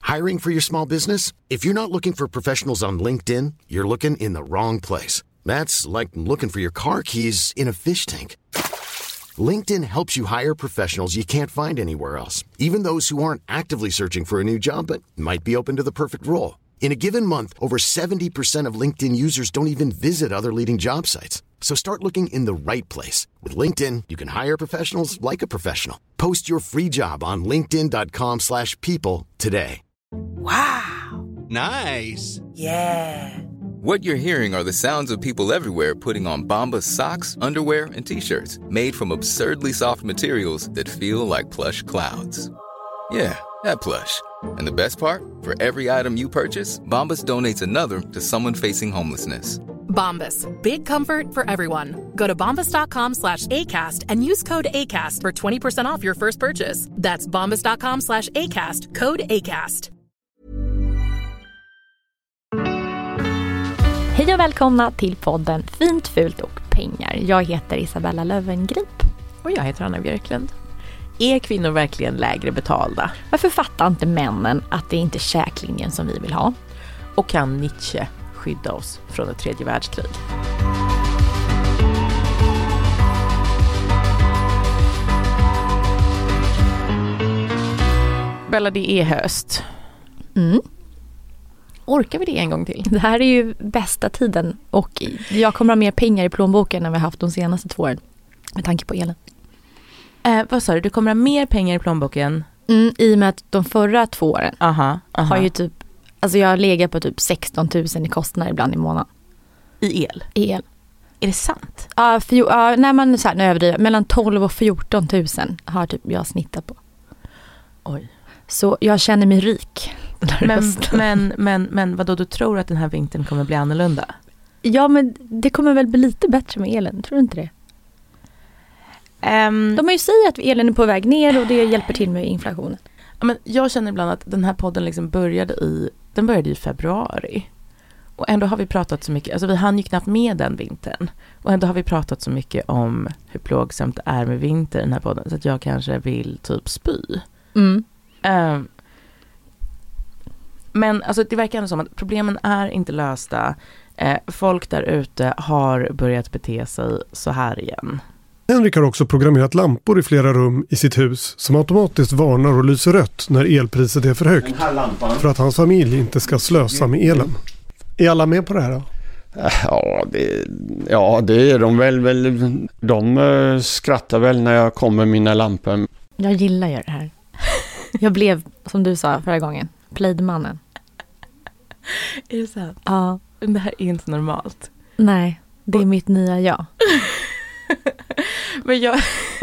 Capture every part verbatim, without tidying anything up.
Hiring for your small business? If you're not looking for professionals on LinkedIn, you're looking in the wrong place. That's like looking for your car keys in a fish tank. LinkedIn helps you hire professionals you can't find anywhere else, even those who aren't actively searching for a new job but might be open to the perfect role. In a given month, over seventy percent of LinkedIn users don't even visit other leading job sites. So start looking in the right place. With LinkedIn, you can hire professionals like a professional. Post your free job on linkedin dot com slash people today. Wow! Nice! Yeah! What you're hearing are the sounds of people everywhere putting on Bombas socks, underwear, and T-shirts made from absurdly soft materials that feel like plush clouds. Yeah, that plush. And the best part? For every item you purchase, Bombas donates another to someone facing homelessness. Bombas. Big comfort for everyone. Go to bombas.com slash ACAST and use code ACAST for twenty percent off your first purchase. That's bombas.com slash ACAST. Code ACAST. Hej och välkomna till podden Fint, fult och pengar. Jag heter Isabella Löwengrip. Och jag heter Anna Björklund. Är kvinnor verkligen lägre betalda? Varför fattar inte männen att det inte är käklinjen som vi vill ha? Och kan Nietzsche skydda oss från ett tredje världskrig? Bella, det är höst. Mm. Orkar vi det en gång till? Det här är ju bästa tiden och jag kommer ha mer pengar i plånboken än vi har haft de senaste två åren med tanke på elen. Eh, vad sa du? Du kommer ha mer pengar i plånboken? Mm, i och med att de förra två åren aha, aha. har ju typ, alltså jag har legat på typ sexton tusen i kostnader ibland i månaden. I el? I el. Är det sant? Ja, för, ja när man så här, nu överdriver, mellan tolv och fjorton tusen har typ jag snittat på. Oj. Så jag känner mig rik. Men, men, men, men vadå, du tror att den här vintern kommer bli annorlunda? Ja, men det kommer väl bli lite bättre med elen, tror du inte det? Um, De har ju sagt att elen är på väg ner och det hjälper till med inflationen. Ja, men jag känner ibland att den här podden liksom började i, den började i februari. Och ändå har vi pratat så mycket, alltså vi hann ju knappt med den vintern. Och ändå har vi pratat så mycket om hur plågsamt det är med vinter i den här podden. Så att jag kanske vill typ spy. Mm. Um, Men alltså, det verkar ändå som att problemen är inte lösta. Eh, folk där ute har börjat bete sig så här igen. Henrik har också programmerat lampor i flera rum i sitt hus som automatiskt varnar och lyser rött när elpriset är för högt. För att hans familj inte ska slösa med elen. Är alla med på det här då? Ja, det, ja, det är de väl. väl de uh, skrattar väl när jag kommer med mina lampor. Jag gillar ju det här. Jag blev, som du sa förra gången, playdmannen. Är det sant? Ja. Det här är inte normalt. Nej, det är mitt nya jag. Men jag...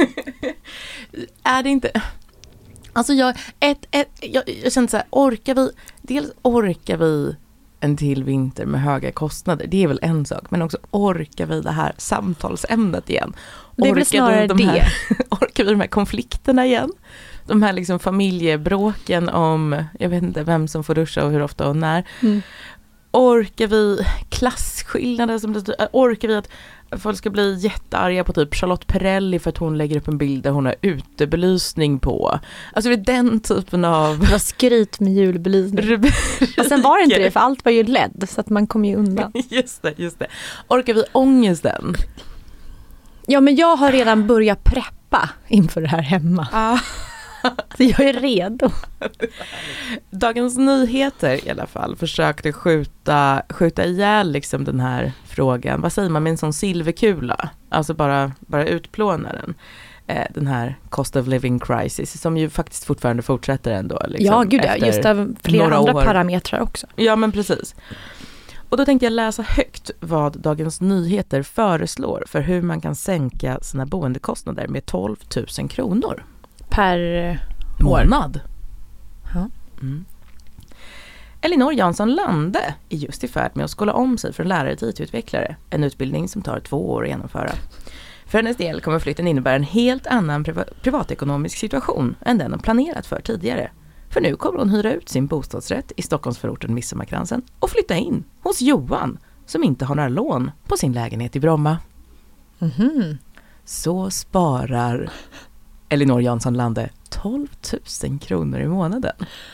är det inte... Alltså jag... Ett, ett, jag, jag känner så här, orkar vi... Dels orkar vi en till vinter med höga kostnader. Det är väl en sak. Men också orkar vi det här samtalsämnet igen. Det är väl snarare de här, det. Orkar vi de här konflikterna igen? De här liksom familjebråken om, jag vet inte vem som får duscha och hur ofta och när. Mm. Orkar vi klasskillnader som blir, orkar vi att folk ska bli jättearga på typ Charlotte Perrelli för att hon lägger upp en bild där hon har utebelysning på. Alltså det är den typen av... Det var skryt med julbelysning. Och sen var det inte det, för allt var ju L E D så att man kom ju undan. Just det, just det. Orkar vi ångesten? Ja, men jag har redan börjat preppa inför det här hemma. Ah. Så jag är redo. Dagens Nyheter i alla fall försökte skjuta, skjuta ihjäl liksom den här frågan. Vad säger man med en sån silverkula? Alltså bara, bara utplåna den. Eh, den här cost of living crisis som ju faktiskt fortfarande fortsätter ändå. Liksom, ja, gud ja. Just av flera andra år. Parametrar också. Ja, men precis. Och då tänkte jag läsa högt vad Dagens Nyheter föreslår för hur man kan sänka sina boendekostnader med tolv tusen kronor. Per månad. Ja. Mm. Elinor Jansson Lande är just i färd med att skola om sig från lärare till I T-utvecklare. En utbildning som tar två år att genomföra. För hennes del kommer flytten innebära en helt annan priva- privatekonomisk situation än den hon planerat för tidigare. För nu kommer hon hyra ut sin bostadsrätt i Stockholmsförorten Midsommarkransen och flytta in hos Johan som inte har några lån på sin lägenhet i Bromma. Mm-hmm. Så sparar Elinor Jansson Lande tolv tusen kronor i månaden.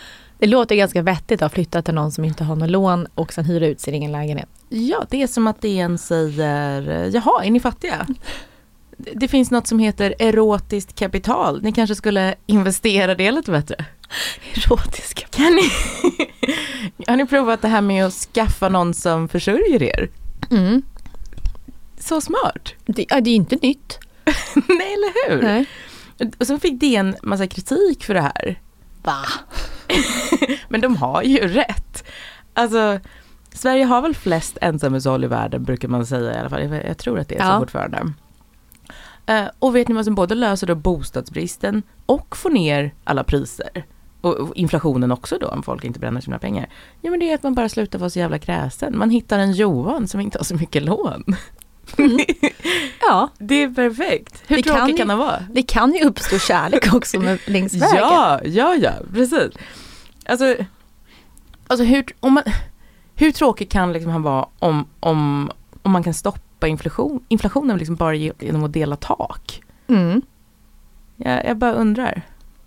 Det låter ganska vettigt att flytta till någon som inte har någon lån och sen hyra ut sin egen lägenhet. Ja, det är som att det en säger, jaha, är ni fattiga? Det finns något som heter erotiskt kapital. Ni kanske skulle investera det lite bättre. Erotiskt kapital. Kan ni, har ni provat det här med att skaffa någon som försörjer er? Mm. Så smart. Det, ja, det är inte nytt. Nej, eller hur? Nej. Och så fick det en massa kritik för det här. Va? Men de har ju rätt. Alltså, Sverige har väl flest ensamhushåll i världen, brukar man säga i alla fall. Jag, jag tror att det är ja. så fortfarande. Uh, och vet ni vad som både löser då bostadsbristen och får ner alla priser? Och, och inflationen också då, om folk inte bränner sina pengar. Ja, men det är att man bara slutar vara så jävla kräsen. Man hittar en Johan som inte har så mycket lån. Mm. Ja. Det är perfekt. Hur det tråkigt kan, kan det vara? Det kan ju uppstå kärlek också med, längs vägen. Ja, ja, ja, precis. Alltså, alltså hur, om man, hur tråkigt kan liksom han vara om, om, om man kan stoppa inflation, inflationen liksom bara genom att dela tak? Mm. Jag, jag bara undrar.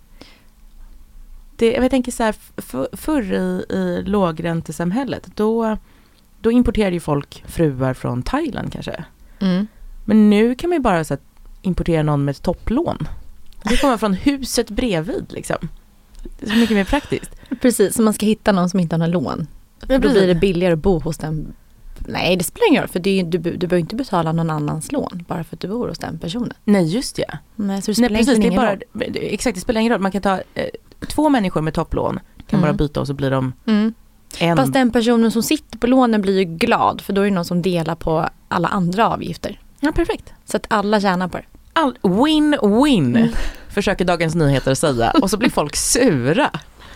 Det, jag tänker så här, för, förr i, i lågräntesamhället, då, då importerade ju folk fruar från Thailand kanske. Mm. Men nu kan man ju bara så här, importera någon med ett topplån. Det kommer från huset bredvid liksom. Det är så mycket mer praktiskt. Precis, så man ska hitta någon som inte har någon lån. Då blir det billigare att bo hos den. Nej, det spelar ingen roll, för det är, du, du behöver inte betala någon annans lån bara för att du bor hos den personen. Nej, just ja. Nej, så det spelar Nej, precis, ingen det är bara, roll. exakt, det spelar ingen roll. Man kan ta eh, två människor med topplån, kan Mm. bara byta och så blir de Mm. en. Fast den personen som sitter på lånen blir ju glad, för då är det någon som delar på alla andra avgifter. Ja, perfekt. Så att alla tjänar på det. All, win-win, Mm. försöker Dagens Nyheter säga. Och så blir folk sura.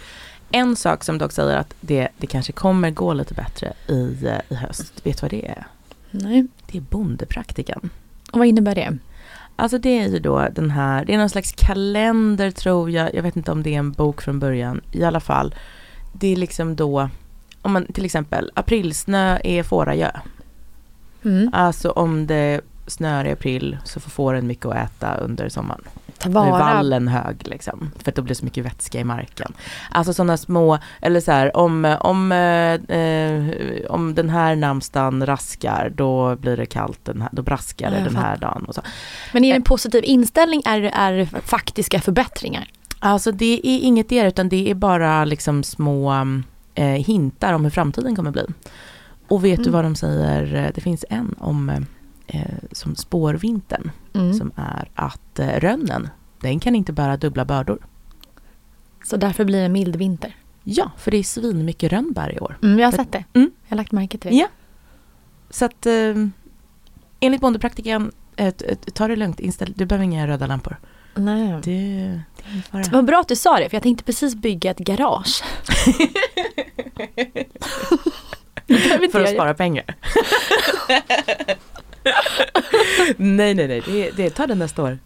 En sak som dock säger att det, det kanske kommer gå lite bättre i, i höst. Vet du vad det är? Nej. Det är bondepraktikan. Och vad innebär det? Alltså det är ju då den här, det är någon slags kalender tror jag. Jag vet inte om det är en bok från början. I alla fall, det är liksom då, om man till exempel, aprilsnö är fårajö. Mm. Alltså om det snör i april så får fåren mycket att äta under sommaren. Ta Då är vara. vallen hög liksom, för att det blir så mycket vätska i marken. Alltså sådana små, eller så här, om, om, eh, om den här namnsdagen raskar, då blir det kallt, den här, då braskar det Ja, den fattar. här dagen. Och så. Men är det en positiv inställning, är är faktiska förbättringar? Alltså det är inget det, utan det är bara liksom små eh, hintar om hur framtiden kommer bli. Och vet Mm. du vad de säger? Det finns en om eh, som spårvintern, Mm. som är att eh, rönnen, den kan inte bära dubbla bördor. Så därför blir det en mild vinter. Ja, för det är svin mycket rönnbär i år. Mm, jag har För- sett det. Mm. Jag har lagt märke till det. Ja. Så att eh, enligt bondepraktiken, eh, ta det lugnt, inställ, du behöver inga röda lampor. Nej. Det, det är bara... Det var bra att du sa det, för jag tänkte precis bygga ett garage. För att spara pengar. nej, nej, nej. Det, det tar det nästa år.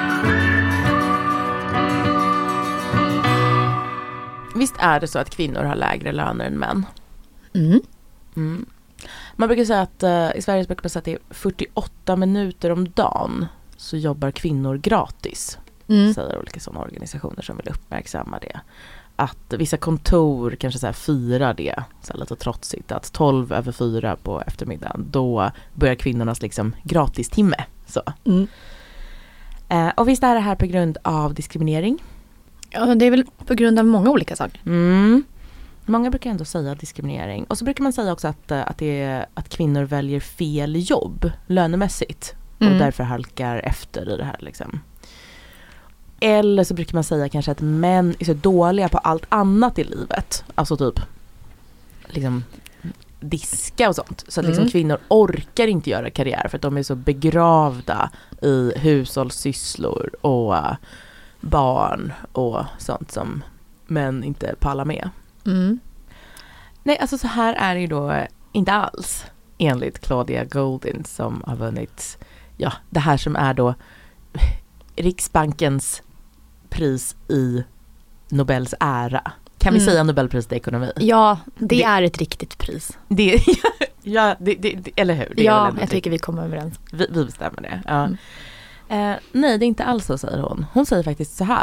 Visst är det så att kvinnor har lägre löner än män? Mm. Mm. Man brukar säga att uh, i Sverige brukar man säga att det är fyrtioåtta minuter om dagen så jobbar kvinnor gratis. Mm. Säger olika sådana organisationer som vill uppmärksamma det. Att vissa kontor kanske så här firar det så här lite trotsigt, att tolv över fyra på eftermiddagen, då börjar kvinnornas liksom gratis timme. Så. Mm. Eh, och visst är det här på grund av diskriminering? Ja, det är väl på grund av många olika saker. Mm. Många brukar ändå säga diskriminering. Och så brukar man säga också att, att, det är, att kvinnor väljer fel jobb lönemässigt. Mm. Och därför halkar efter i det här liksom. Eller så brukar man säga kanske att män är så dåliga på allt annat i livet. Alltså typ liksom diska och sånt. Så att liksom Mm. kvinnor orkar inte göra karriär för att de är så begravda i hushållssysslor och uh, barn och sånt som män inte pallar med. Mm. Nej, alltså så här är det ju då inte alls enligt Claudia Goldin som har vunnit, ja, det här som är då Riksbankens pris i Nobels ära. Kan vi Mm. säga Nobelpriset i ekonomi? Ja, det, Det- är ett riktigt pris. Det, ja, det, det, det, eller hur? Det är Ja, väl ändå jag det. tycker vi kommer överens. Vi, vi bestämmer det. Ja. Mm. Eh, nej, det är inte alls så, säger hon. Hon säger faktiskt så här.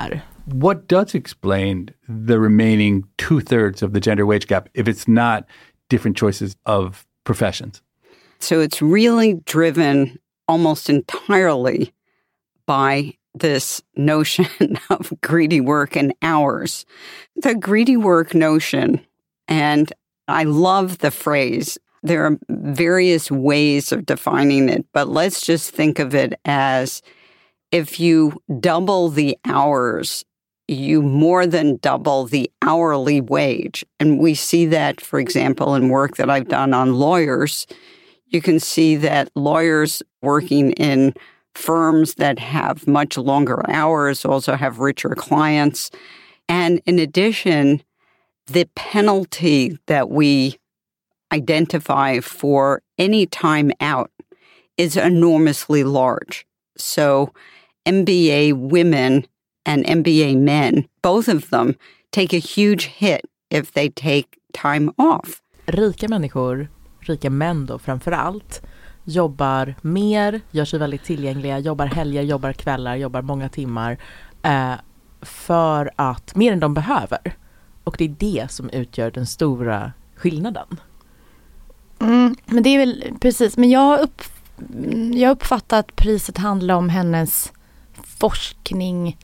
what does explain the remaining two-thirds of the gender wage gap if it's not different choices of professions? So it's really driven almost entirely by this notion of greedy work and hours. The greedy work notion, and I love the phrase, there are various ways of defining it, but let's just think of it as if you double the hours, you more than double the hourly wage. And we see that, for example, in work that I've done on lawyers. You can see that lawyers working in firms that have much longer hours also have richer clients. And in addition, the penalty that we identify for any time out is enormously large. So M B A women and M B A men, both of them, take a huge hit if they take time off. Rika människor, rika män då framför allt, jobbar mer, gör sig väldigt tillgängliga, jobbar helger, jobbar kvällar, jobbar många timmar eh, för att, mer än de behöver. Och det är det som utgör den stora skillnaden. Mm, men det är väl precis, men jag, upp, jag uppfattar att priset handlar om hennes forskning,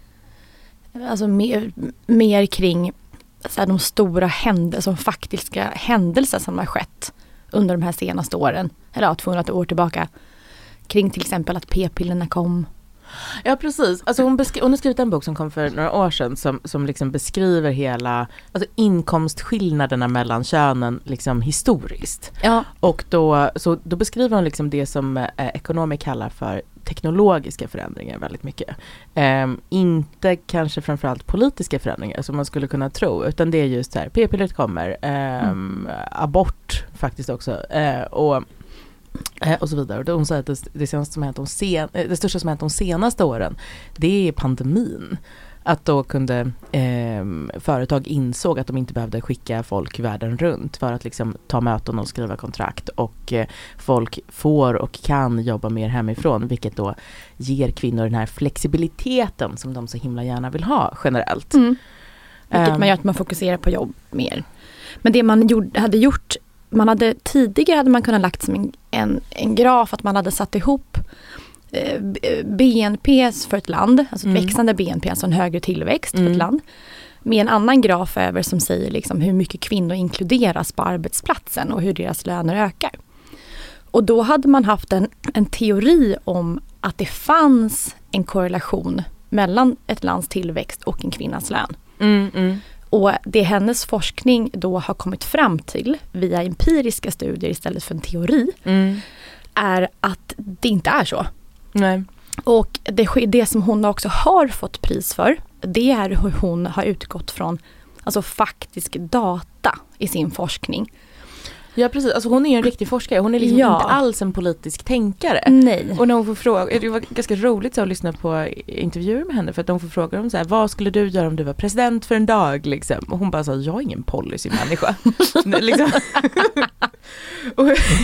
alltså mer, mer kring så här, de stora händelser, som faktiska händelser som har skett under de här senaste åren, eller ja, tvåhundra år tillbaka, kring till exempel att p-pillerna kom. Ja, precis. Alltså hon, beskri- hon har skrivit en bok som kom för några år sedan som, som liksom beskriver hela, alltså inkomstskillnaderna mellan könen liksom historiskt. Ja. Och då, så, då beskriver hon liksom det som eh, ekonomer kallar för teknologiska förändringar väldigt mycket. Eh, inte kanske framförallt politiska förändringar som man skulle kunna tro, utan det är just så här, p-pillret kommer, eh, mm. abort faktiskt också, eh, och och så vidare. Och hon säger att det, det, senaste som hänt de sen, det största som hänt de senaste åren, det är pandemin. Att då kunde eh, företag insåg att de inte behövde skicka folk världen runt för att liksom ta möten och skriva kontrakt, och eh, folk får och kan jobba mer hemifrån, vilket då ger kvinnor den här flexibiliteten som de så himla gärna vill ha generellt. Mm. Vilket um, man gör att man fokuserar på jobb mer. Men det man gjorde, hade gjort Man hade, tidigare hade man kunnat lagt som en, en, en graf att man hade satt ihop eh, B N P för ett land, alltså ett mm. växande B N P, alltså en högre tillväxt mm. för ett land, med en annan graf över som säger liksom hur mycket kvinnor inkluderas på arbetsplatsen och hur deras löner ökar. Och då hade man haft en, en teori om att det fanns en korrelation mellan ett lands tillväxt och en kvinnas lön. Mm, mm. Och det hennes forskning då har kommit fram till via empiriska studier istället för en teori mm. är att det inte är så. Nej. Och det, det som hon också har fått pris för, det är hur hon har utgått från alltså faktisk data i sin forskning. Ja, precis. Alltså hon är en riktig forskare. Hon är liksom ja. inte alls en politisk tänkare. Nej. Och när hon får fråga, det var ganska roligt så att lyssna på intervjuer med henne, för att de får fråga om så här, vad skulle du göra om du var president för en dag liksom? Och hon bara sa, jag är ingen policy-människa. liksom. och,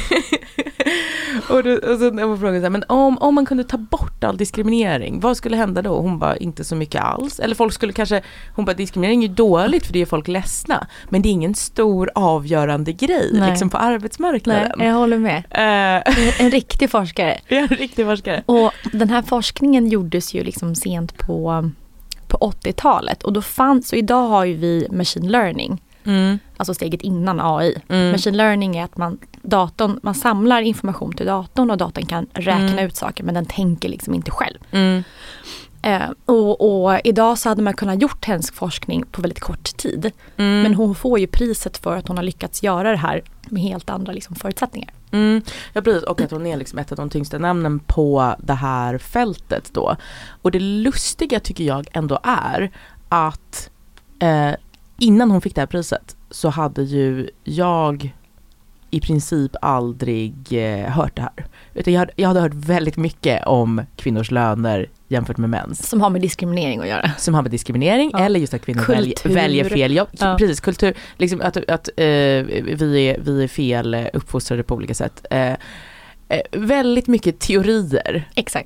och, då, och så när hon frågade så här, men om, om man kunde ta bort all diskriminering, vad skulle hända då? Hon bara, inte så mycket alls. Eller folk skulle kanske, hon bara, diskriminering är ju dåligt för det är folk ledsna, men det är ingen stor avgörande grej. Nej. Liksom på arbetsmarknaden. Nej, jag håller med. Uh, en riktig forskare. Ja, en riktig forskare. Och den här forskningen gjordes ju liksom sent på, på åttiotalet. Och då fanns, så idag har ju vi machine learning. Mm. Alltså steget innan A I. Mm. Machine learning är att man, datorn, man samlar information till datorn och datorn kan räkna mm. ut saker, men den tänker liksom inte själv. Mm. Eh, och, och idag så hade man kunnat gjort hennes forskning på väldigt kort tid. Mm. Men hon får ju priset för att hon har lyckats göra det här med helt andra liksom, förutsättningar. Mm. Ja, precis. Och att hon är liksom ett av de tyngsta namnen på det här fältet då. Och det lustiga tycker jag ändå är att eh, innan hon fick det här priset så hade ju jag i princip aldrig eh, hört det här. Utan jag hade, jag hade hört väldigt mycket om kvinnors löner jämfört med mäns. Som har med diskriminering att göra. Som har med diskriminering, ja. Eller just att kvinnor väljer, väljer fel jobb. Ja. Precis, kultur. Liksom att att eh, vi, är, vi är fel uppfostrade på olika sätt. Eh, eh, väldigt mycket teorier. Exakt.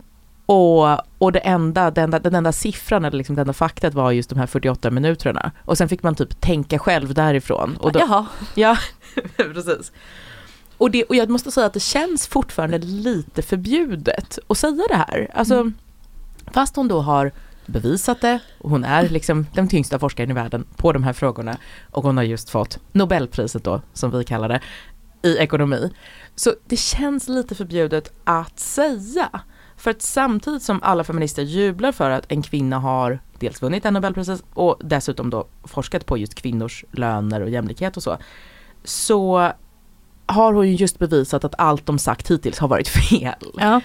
Och, och det enda, den, enda, den enda siffran eller liksom det enda faktat var just de här fyrtioåtta minuterna. Och sen fick man typ tänka själv därifrån. Och då, Jaha. Ja, precis. Och, det, och jag måste säga att det känns fortfarande lite förbjudet att säga det här. Alltså, mm. fast hon då har bevisat det och hon är liksom den tyngsta forskaren i världen på de här frågorna och hon har just fått Nobelpriset då, som vi kallar det, i ekonomi. Så det känns lite förbjudet att säga. För att samtidigt som alla feminister jublar för att en kvinna har dels vunnit en Nobelpriset och dessutom då forskat på just kvinnors löner och jämlikhet och så, så har hon just bevisat att allt de sagt hittills har varit fel. Ja.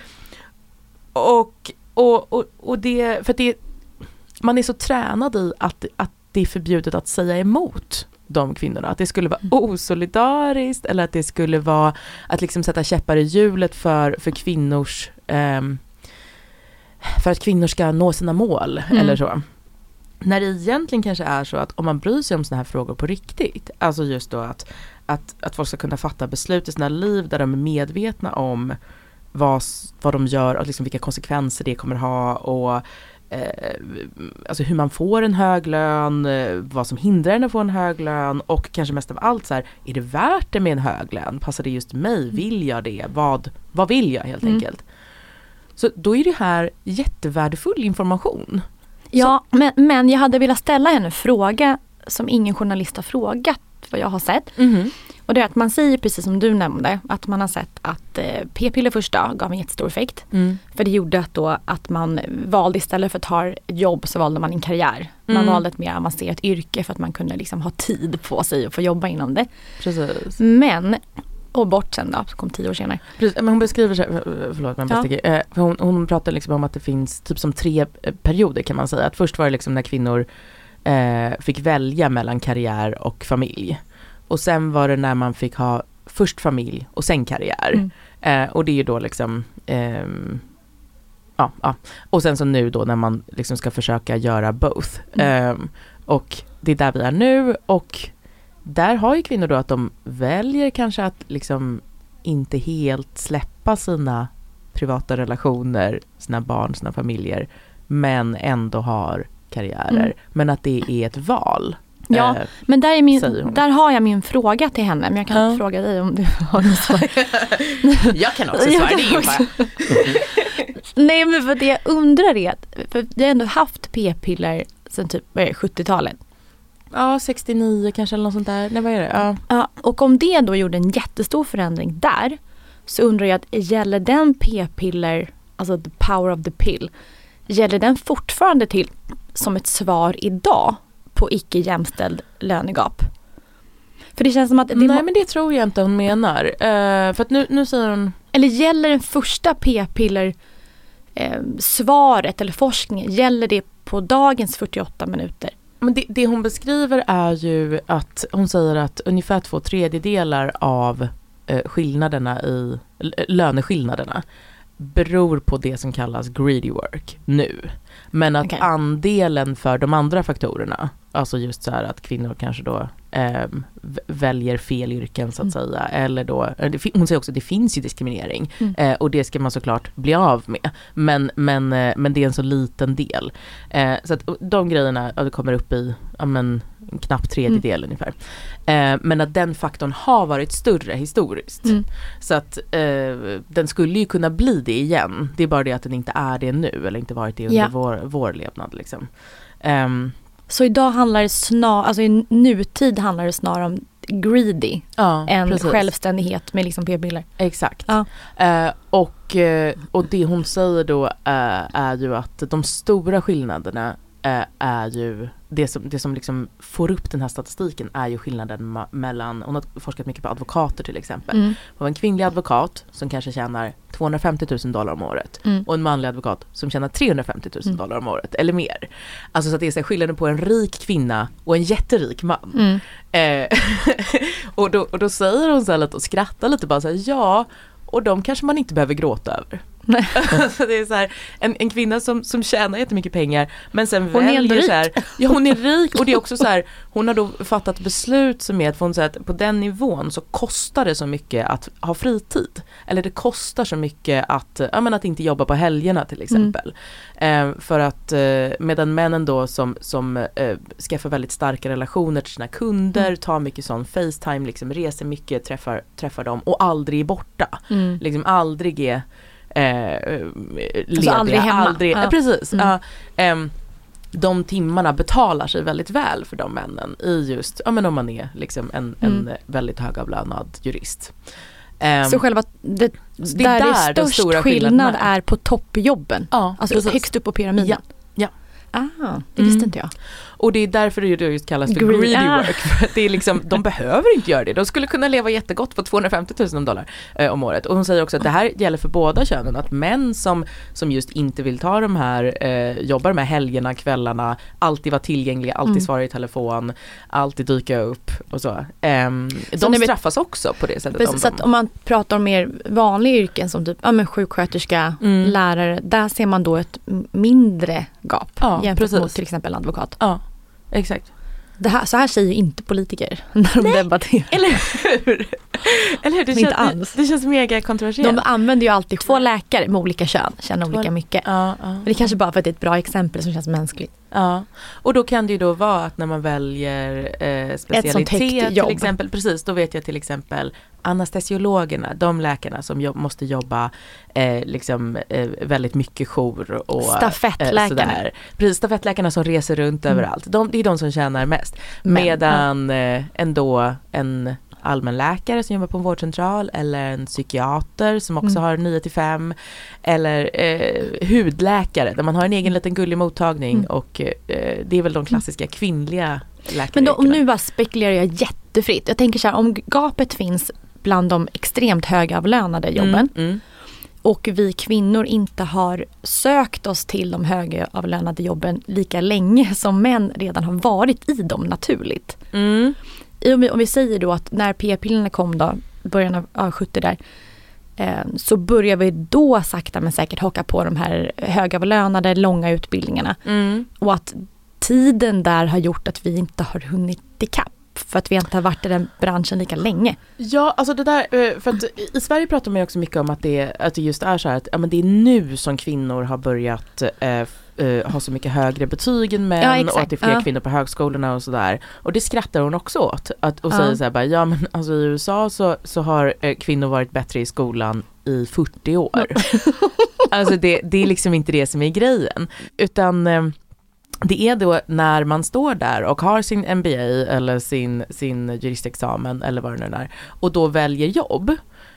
Och, och, och, och det, för det, man är så tränad i att, att det är förbjudet att säga emot de kvinnorna. Att det skulle vara osolidariskt eller att det skulle vara att liksom sätta käppar i hjulet för, för kvinnors um, för att kvinnor ska nå sina mål mm. eller så. När det egentligen kanske är så att om man bryr sig om såna här frågor på riktigt, alltså just då att, att, att folk ska kunna fatta beslut i sina liv där de är medvetna om vad, vad de gör och liksom vilka konsekvenser det kommer ha och eh, alltså hur man får en hög lön, eh, vad som hindrar en att få en hög lön och kanske mest av allt så här, är det värt det med en hög lön? Passar det just mig? Vill jag det? Vad, vad vill jag helt mm. enkelt? Så då är det här jättevärdefull information. Ja, men, men jag hade velat ställa en fråga som ingen journalist har frågat vad jag har sett. Mm-hmm. Och det är att man säger precis som du nämnde att man har sett att eh, p-piller första gav en jättestor effekt. Mm. För det gjorde att, då, att man valde istället för att ha ett jobb så valde man en karriär. Man mm. valde ett mer avancerat yrke för att man kunde liksom ha tid på sig och få jobba inom det. Precis. Men... Och bort sen då, kom tio år senare. Precis, men hon beskriver sig, förlåt men ja. eh, hon, hon pratar liksom om att det finns typ som tre perioder kan man säga. Att först var det liksom när kvinnor eh, fick välja mellan karriär och familj. Och sen var det när man fick ha först familj och sen karriär. Mm. Eh, och det är ju då liksom eh, ja, ja. Och sen så nu då när man liksom ska försöka göra both. Mm. Eh, och det är där vi är nu och där har ju kvinnor då att de väljer kanske att liksom inte helt släppa sina privata relationer, sina barn, sina familjer, men ändå har karriärer. Mm. Men att det är ett val. Ja, eh, men där, är min, där har jag min fråga till henne, men jag kan ja. fråga dig om du har något svar. Jag kan också svara, det är också. Nej, men för det jag undrar är att, för jag har ändå haft p-piller sedan typ sjuttiotalet. Ja, sextionio kanske eller något sånt där. Nej, vad är det? Ja. Ja, och om det då gjorde en jättestor förändring där så undrar jag att gäller den p-piller, alltså the power of the pill, gäller den fortfarande till som ett svar idag på icke-jämställd lönegap? För det känns som att... Det Nej, må- men det tror jag inte hon menar. Uh, för att nu, nu säger hon... Eller gäller den första p-piller eh, svaret eller forskningen, gäller det på dagens fyrtioåtta minuter? Men det, det hon beskriver är ju att hon säger att ungefär två tredjedelar av eh, skillnaderna i löneskillnaderna beror på det som kallas greedy work nu. Men att okay. andelen för de andra faktorerna, alltså just så här att kvinnor kanske då eh, väljer fel yrken så att mm. säga, eller då, hon säger också att det finns ju diskriminering mm. eh, och det ska man såklart bli av med, men, men, eh, men det är en så liten del. Eh, så att de grejerna ja, det kommer upp i ja, men, en knapp tredjedel mm. ungefär. Eh, men att den faktorn har varit större historiskt. Mm. Så att eh, den skulle ju kunna bli det igen. Det är bara det att den inte är det nu eller inte varit det under ja. vår, vår levnad liksom. Um, Så idag handlar det snarare, alltså i nutid handlar det snarare om greedy ja, än precis. självständighet med liksom p-piller. Exakt. Ja. Uh, och, uh, och det hon säger då uh, är ju att de stora skillnaderna uh, är ju det som, det som liksom får upp den här statistiken är ju skillnaden ma- mellan, hon har forskat mycket på advokater till exempel. Mm. Och en kvinnlig advokat som kanske tjänar tvåhundrafemtio tusen dollar om året mm. och en manlig advokat som tjänar trehundrafemtio tusen mm. dollar om året eller mer. Alltså så att det är så här skillnaden på en rik kvinna och en jätterik man. Mm. Eh, och, då, och då säger hon så här lite och skrattar lite bara så här, ja, och de kanske man inte behöver gråta över. Alltså det är så här, en, en kvinna som, som tjänar jättemycket pengar men sen hon väljer är ändå rik. Så här, ja, hon är rik och det är också så här, hon har då fattat beslut som är att, hon säger att på den nivån så kostar det så mycket att ha fritid. Eller det kostar så mycket att, ja, men att inte jobba på helgerna till exempel. Mm. Eh, för att eh, medan männen då som, som eh, skaffar väldigt starka relationer till sina kunder, mm. tar mycket sån FaceTime, liksom reser mycket, träffar, träffar dem och aldrig är borta. Mm. Liksom aldrig är eh, lediga. Alltså aldrig hemma. Aldrig, ja. eh, precis. Mm. Uh, eh, de timmarna betalar sig väldigt väl för de männen i just, ja men om man är liksom en, mm. en väldigt högavlönad jurist. Um, så själva det, så det där där det är störst skillnad är på toppjobben. Ja, alltså precis. högst upp på pyramiden. Ja. Ja. Ah, det visste mm. inte jag. Och det är därför det just kallas för Greedy. greedy Ah. work. För att det är liksom, de behöver inte göra det. De skulle kunna leva jättegott på tvåhundrafemtio tusen dollar eh, om året. Och hon säger också att det här gäller för båda könen. Att män som, som just inte vill ta de här, eh, jobbar med helgerna, kvällarna, alltid vara tillgängliga, alltid mm. svara i telefon, alltid dyka upp och så. Eh, så de straffas också på det sättet. Precis, om så att om man pratar om mer vanliga yrken som typ ja, men sjuksköterska, mm. lärare, där ser man då ett mindre gap ja, jämfört precis. mot till exempel advokat. Ja, exakt. Det här, så här säger ju inte politiker när de Nej, debatterar. Eller hur? Eller hur? Det, inte känns, alls. det, det känns mega kontroversiellt. De använder ju alltid två läkare med olika kön, känner olika mycket. Ja, ja. Men det är kanske bara för att det är ett bra exempel som känns mänskligt. Ja, och då kan det ju då vara att när man väljer eh, specialitet till exempel, precis, då vet jag till exempel anestesiologerna, de läkarna som jobb, måste jobba eh, liksom eh, väldigt mycket jour och stafettläkarna. Eh, precis, stafettläkarna som reser runt mm. överallt. De, det är de som tjänar mest. Men, medan ja. eh, ändå en allmänläkare som jobbar på en vårdcentral eller en psykiater som också mm. har nio till fem eller eh, hudläkare där man har en egen liten gullig mottagning mm. och eh, det är väl de klassiska kvinnliga läkarna. Men då, om nu bara spekulerar jag jättefritt. Jag tänker så här, om gapet finns bland de extremt högavlönade jobben mm. Mm. och vi kvinnor inte har sökt oss till de högavlönade jobben lika länge som män redan har varit i dem naturligt. Mm. Om vi, om vi säger då att när p-pillerna kom då, början av, av sjuttio där, eh, så börjar vi då sakta men säkert haka på de här högavlönade, långa utbildningarna. Mm. Och att tiden där har gjort att vi inte har hunnit ikapp. För att vi inte har varit i den branschen lika länge. Ja, alltså det där, för att i Sverige pratar man ju också mycket om att det, att det just är så här att ja, men det är nu som kvinnor har börjat eh, Uh, har så mycket högre betyg än män ja, och att det är fler ja. kvinnor på högskolorna och sådär. Och det skrattar hon också åt. Att, och ja. säger så här bara, ja men alltså i U S A så, så har uh, kvinnor varit bättre i skolan i fyrtio år. Alltså det, det är liksom inte det som är grejen. Utan uh, det är då när man står där och har sin M B A eller sin, sin juristexamen eller vad det nu är och då väljer jobb.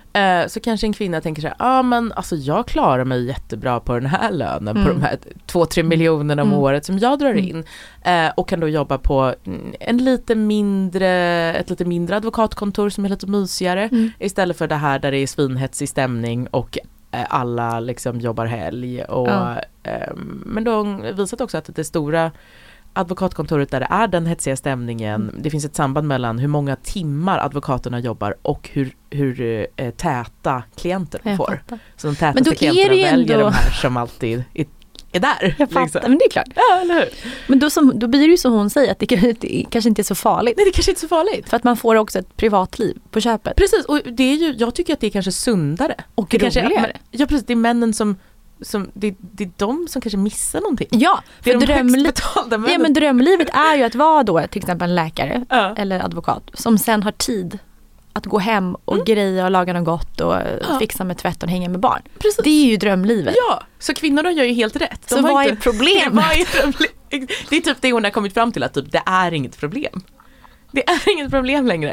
Så kanske en kvinna tänker så här, ja ah, men alltså jag klarar mig jättebra på den här lönen, mm. på de här två, tre miljonerna om mm. året som jag drar in eh, och kan då jobba på en lite mindre, ett lite mindre advokatkontor som är lite mysigare mm. istället för det här där det är svinhetsig stämning och eh, alla liksom jobbar helg och ja. eh, men då visat också att det stora advokatkontoret där det är den hetsiga stämningen, mm. det finns ett samband mellan hur många timmar advokaterna jobbar och hur, hur eh, täta klienter de får. Så de tätaste klienterna väljer ändå... de här som alltid är, är där. Jag fattar, liksom. Men det är klart. Ja, eller hur? Men då, som, då blir det ju som hon säger, att det, det kanske inte är så farligt. Nej, det kanske inte är så farligt. För att man får också ett privatliv på köpet. Precis, och det är ju, jag tycker att det är kanske sundare. Och det roligare. Kanske, ja, precis, det är männen som Som, det, det är de som kanske missar någonting. Ja, det är för de drömli- ja, men drömlivet är ju att vara då till exempel en läkare ja. eller advokat som sen har tid att gå hem och mm. greja och laga något gott och ja. fixa med tvätt och hänga med barn. Precis. Det är ju drömlivet. Ja, så kvinnorna gör ju helt rätt. De så vad inte, är problemet? vad är problem? Det är typ det hon har kommit fram till, att typ, det är inget problem. Det är inget problem längre.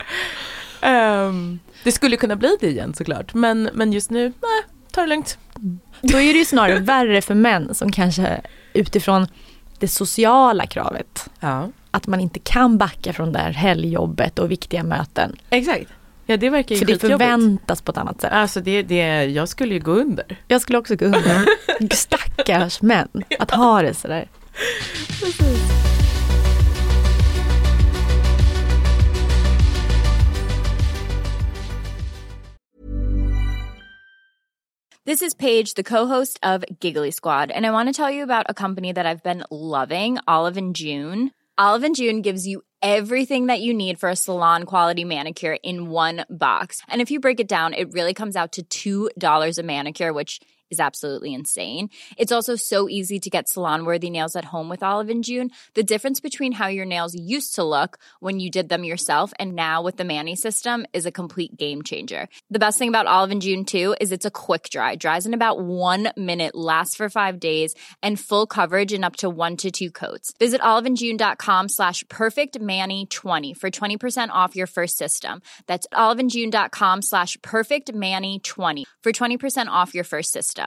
Um, det skulle kunna bli det igen såklart, men, men just nu, nej, ta det lugnt. Då är det ju snarare värre för män som kanske utifrån det sociala kravet ja. att man inte kan backa från det här helgjobbet och viktiga möten. Exakt. Ja, det verkar ju för det förväntas på ett annat sätt. Alltså det, det, jag skulle ju gå under. Jag skulle också gå under. Stackars män att ha det sådär. Precis. This is Paige, the co-host of Giggly Squad, and I want to tell you about a company that I've been loving, Olive and June. Olive and June gives you everything that you need for a salon-quality manicure in one box. And if you break it down, it really comes out to two dollars a manicure, which is absolutely insane. It's also so easy to get salon-worthy nails at home with Olive and June. The difference between how your nails used to look when you did them yourself and now with the Mani system is a complete game changer. The best thing about Olive and June, too, is it's a quick dry. Dries in about one minute, lasts for five days, and full coverage in up to one to two coats. Visit oliveandjune.com slash perfectmani20 for twenty percent off your first system. That's oliveandjune.com slash perfectmani20 for twenty percent off your first system.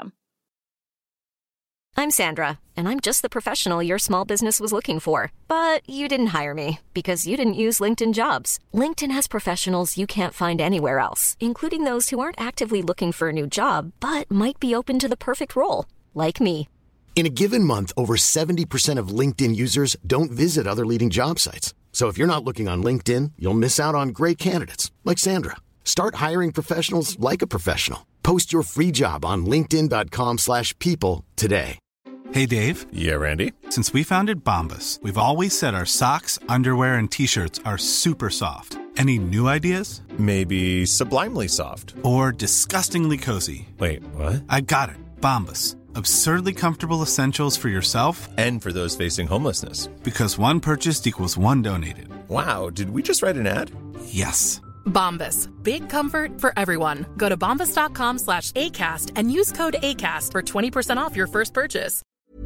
I'm Sandra, and I'm just the professional your small business was looking for. But you didn't hire me because you didn't use LinkedIn Jobs. LinkedIn has professionals you can't find anywhere else, including those who aren't actively looking for a new job, but might be open to the perfect role, like me. In a given month, over seventy percent of LinkedIn users don't visit other leading job sites. So if you're not looking on LinkedIn, you'll miss out on great candidates like Sandra. Start hiring professionals like a professional. Post your free job on linkedin.com slash people today. Hey, Dave. Yeah, Randy. Since we founded Bombas, we've always said our socks, underwear, and T-shirts are super soft. Any new ideas? Maybe sublimely soft. Or disgustingly cozy. Wait, what? I got it. Bombas. Absurdly comfortable essentials for yourself and for those facing homelessness. Because one purchased equals one donated. Wow, did we just write an ad? Yes. Bombas. Big comfort for everyone. Go to bombas.com slash ACAST and use code ACAST for twenty percent off your first purchase.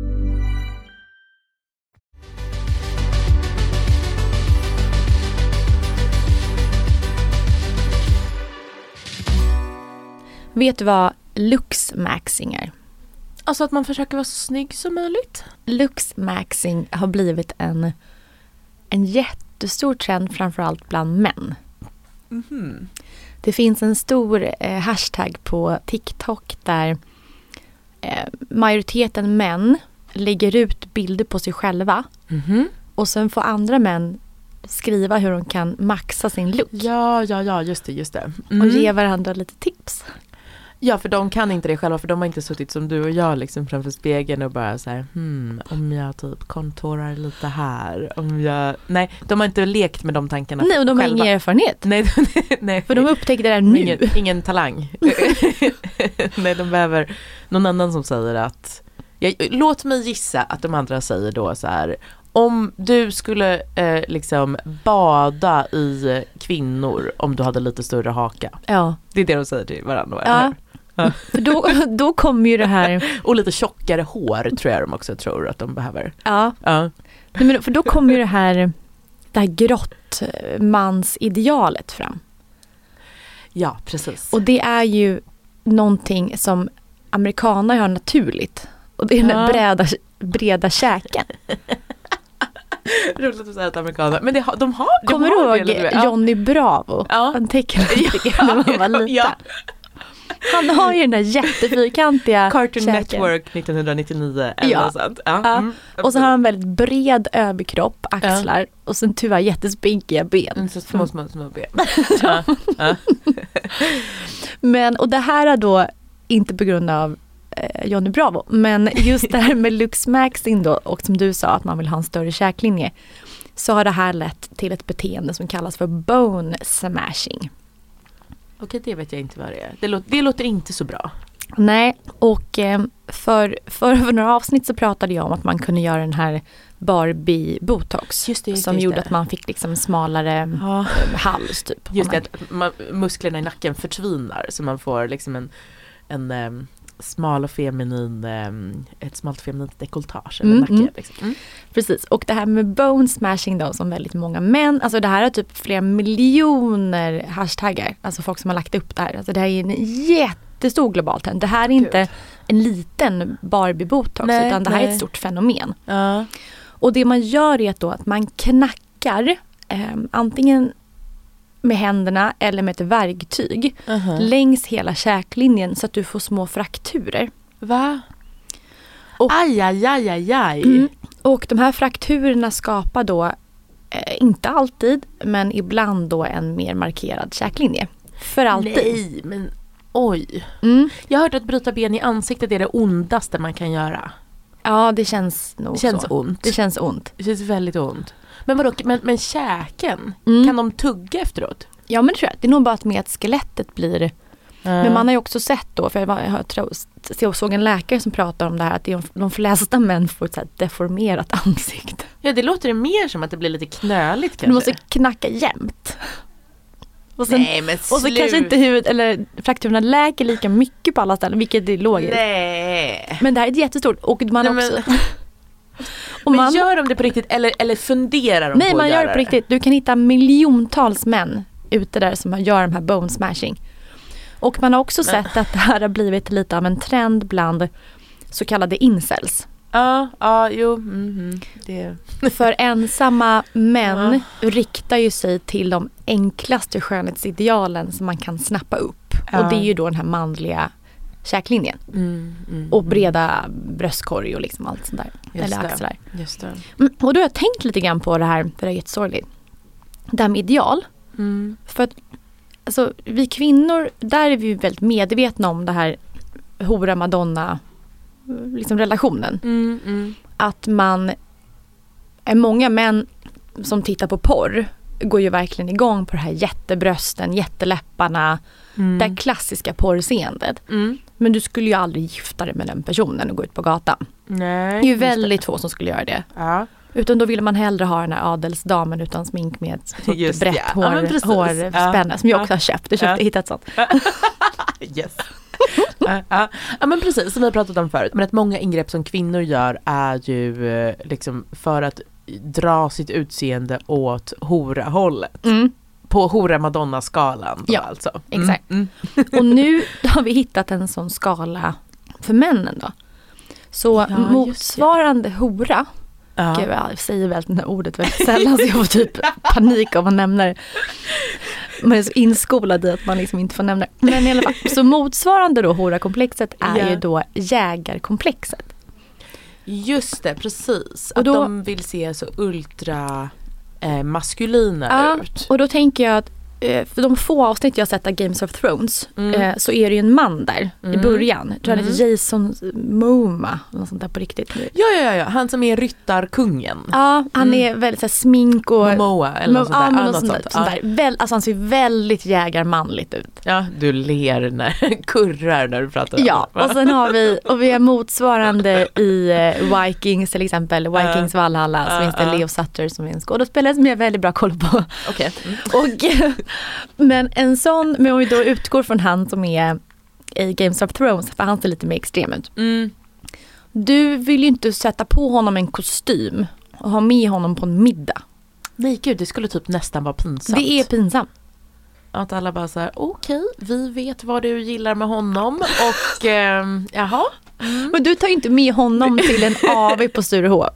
Vet du vad luxmaxing är? Alltså att man försöker vara så snygg som möjligt. Luxmaxing har blivit en, en jättestor trend framförallt bland män. Mm-hmm. Det finns en stor eh, hashtag på TikTok där eh, majoriteten män lägger ut bilder på sig själva. Mm-hmm. Och sen får andra män skriva hur de kan maxa sin look. Ja, ja, ja, just det, just det. Mm. Och ge varandra lite tips. Ja, för de kan inte det själva, för de har inte suttit som du och jag liksom framför spegeln och bara så här, hmm, om jag typ kontorar lite här, om jag... Nej, de har inte lekt med de tankarna. Nej, och de själva. har ingen erfarenhet. Nej, nej. För de upptäckte det där nu. Ingen, ingen talang. Nej, de behöver någon annan som säger att... Jag, låt mig gissa att de andra säger då så här... Om du skulle eh, liksom bada i kvinnor om du hade lite större haka. Ja. Det är det de säger till varandra. Ja. Ja. För då, då kommer ju det här... Och lite tjockare hår tror jag de också tror att de behöver. Ja. Ja. Nej, men för då kommer ju det här, det här grottmansidealet fram. Ja, precis. Och det är ju någonting som amerikaner har naturligt. Och det är den ja. breda, breda käken. Roligt att säga att amerikaner. Men det, de har... Kommer du ihåg det, Johnny Bravo? Ja. Han tecknade när man var liten. Ja. Han har ju den där jättefyrkantiga Cartoon käken. Network nittonhundranittionio eller ja. sånt. Ja. Ja. Mm. Och så har han väldigt bred överkropp, axlar ja. och sen tyvärr jättespinkiga ben. Mm, så små, små, små ben. ja. Ja. Men, och det här är då inte på grund av eh, Johnny Bravo, men just det här med luxmaxing då, och som du sa att man vill ha en större käklinje, så har det här lett till ett beteende som kallas för bone smashing. Okej, det vet jag inte vad det är. Det låter, det låter inte så bra. Nej, och eh, för, för, för några avsnitt så pratade jag om att man kunde göra den här Barbie-botox. Just det, just som just gjorde det. att man fick liksom smalare ja. hals typ. Just det, att man, musklerna i nacken försvinner så man får liksom en, en um, smal och feminin, um, ett smalt feminint dekoltage eller mm, nacke. Mm. Liksom. Mm. Precis, och det här med bone smashing då som väldigt många män, alltså det här är typ flera miljoner hashtaggar, alltså folk som har lagt upp det här. Alltså det här är en jättestor global trend. Det här är inte Gud. en liten Barbie-botox nej, utan det här nej. är ett stort fenomen. Ja. Och det man gör är då att man knackar eh, antingen med händerna eller med ett verktyg uh-huh. längs hela käklinjen så att du får små frakturer. Va? Och, aj, aj, aj, aj, aj. Mm, och de här frakturerna skapar då, eh, inte alltid, men ibland då en mer markerad käklinje. För alltid. Nej, men Oj. Mm. Jag har hört att bryta ben i ansiktet är det ondaste man kan göra. Ja, det känns nog Det känns så. ont. Det känns ont. Det känns väldigt ont. Men vadå, men, men käken, Mm. kan de tugga efteråt? Ja, men det tror jag. Det är nog bara att med att skelettet blir... Mm. Men man har ju också sett då, för jag, var, jag, tror, jag såg en läkare som pratade om det här, att de, de flesta män får ett så här deformerat ansikte. Ja, det låter mer som att det blir lite knöligt kanske. Du måste knacka jämt. Och sen, Nej, men och så slut. kanske inte huvudet eller frakturerna läker lika mycket på alla ställen, vilket är logiskt. Nej. Men det här är jättestort. Och man Nej, också... men, och men man, gör de det på riktigt eller, eller funderar de nej, på man att gör göra det på riktigt. Du kan hitta miljontals män ute där som gör de här bone smashing. Och man har också men. sett att det här har blivit lite av en trend bland så kallade incels. Ja, ja, jo. Mm-hmm. Det. För ensamma män ja. riktar ju sig till de enklaste skönhetsidealen som man kan snappa upp. Ja. Och det är ju då den här manliga käklinjen. Mm, mm, och breda bröstkorg och liksom allt sånt där. Just eller det. axlar. Just det. Mm, och då har jag tänkt lite grann på det här, för det är jättesorgligt. Det här med ideal. Mm. För att alltså, vi kvinnor, där är vi väldigt medvetna om det här hora madonna liksom relationen. Mm, mm. Att man är många män som tittar på porr går ju verkligen igång på det här jättebrösten, jätteläpparna, Mm. det klassiska porrseendet. Mm. Men du skulle ju aldrig gifta dig med den personen och gå ut på gatan. Nej, det är ju väldigt få som skulle göra det. Ja. Utan då ville man hellre ha den här adelsdamen utan smink med ett Just brett ja. hår, Ja, men precis. hårspänne Ja. som jag Ja. också har köpt. Jag köpte, Ja. hittat sånt. Yes. ja, ja. ja, men precis som vi har pratat om förut. Men att många ingrepp som kvinnor gör är ju eh, liksom för att dra sitt utseende åt hora-hållet. Mm. På hora-madonna-skalan. Ja, alltså. exakt. Mm. Och nu har vi hittat en sån skala för männen då. Så Ja, motsvarande hora. Ja. Gud, jag säger väl det här ordet väldigt sällan så jag får typ panik om man nämner det. Man är så inskolad i att man liksom inte får nämna det. Men i alla fall, så motsvarande då hora-komplexet är Ja. ju då jägarkomplexet. Just det, precis. Och att då- de vill se så ultra eh, maskulina Ja, ut. och då tänker jag att eh, för de få avsnitt jag har sett av Games of Thrones Mm. eh, så är det ju en man där i Mm. början. Jag tror han Mm. heter Jason Momoa eller något sånt där på riktigt. Ja, ja, ja, ja. Han som är ryttarkungen. Ja, han Mm. är väldigt så här, smink och... Momoa eller något sånt där. Ja, men Ja, något något sånt där. sånt. Sånt Ja. där. Väl, alltså han ser väldigt jägarmanligt ut. Ja, du ler när kurrar när du pratar om Ja, det. och sen har vi, och vi har motsvarande i eh, Vikings till exempel, Vikings Valhalla, så Ja, finns det ja. Leo Sutter som är en skådespelare som jag har väldigt bra koll på. Okej. Mm. Och, men en sån, men om vi då utgår från han som är i Games of Thrones, för han ser lite mer extrem ut. Mm. Du vill ju inte sätta på honom en kostym och ha med honom på en middag. Nej gud, det skulle typ nästan vara pinsamt. Det är pinsamt. Att alla bara så här, okej, vi vet vad du gillar med honom och ehm, jaha. Mm. Men du tar ju inte med honom till en A V på Sturehof.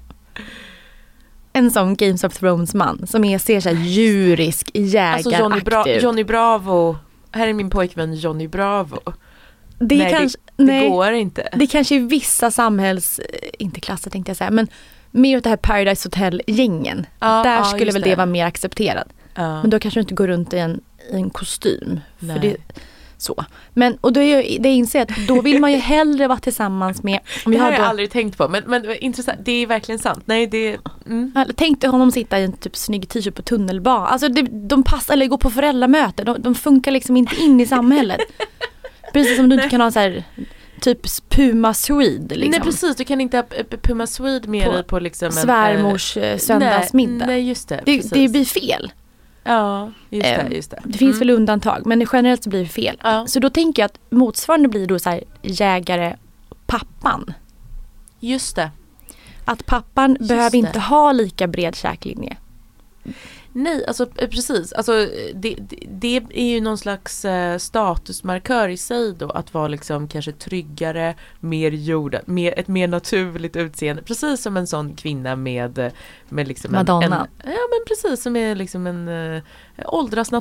En sån Games of Thrones man som är, ser så här djurisk, Alltså Johnny, jägaraktig Bra- ut. Johnny Bravo. Här är min pojkvän Johnny Bravo. Det är nej, kanske, det, det nej, går inte. det kanske är vissa samhälls, inte klasser tänkte jag säga, men mer åt det här Paradise Hotel-gängen. Ja, Där ja, skulle just väl det det. vara mer accepterat. Ja. Men då kanske du inte går runt i en, i en kostym. Nej. För det, så. Men, och då, är jag, det inser jag att då vill man ju hellre vara tillsammans med... Om Det vi här har har jag då, aldrig tänkt på, men, men intressant. Det är verkligen sant. Nej, det... Mm. Ja, tänk dig honom sitta i en typ snygg t-shirt på tunnelbanan. Alltså det, de passar, eller gå på föräldramöte. De, de funkar liksom inte in i samhället. Precis som du inte kan ha så här typ Puma Swede liksom. Nej precis, du kan inte ha p- p- Puma Swede med På dig på liksom en... svärmors eh, söndagsmiddag. Nej, nej, just det. det, precis. det blir fel. Ja, just det, Eh, just det. Det finns Mm. väl undantag, men generellt så blir det fel. Ja. Så då tänker jag att motsvarande blir då så här jägare pappan. Just det. Att pappan Just behöver det. inte ha lika bred käklinje. Nej, alltså eh, precis. Alltså, det, det, det är ju någon slags eh, statusmarkör i sig då. Att vara liksom kanske tryggare, mer jordad, mer, ett mer naturligt utseende. Precis som en sån kvinna med, med liksom en, Madonna. en... Ja, men precis. Som är liksom en... Eh, åldras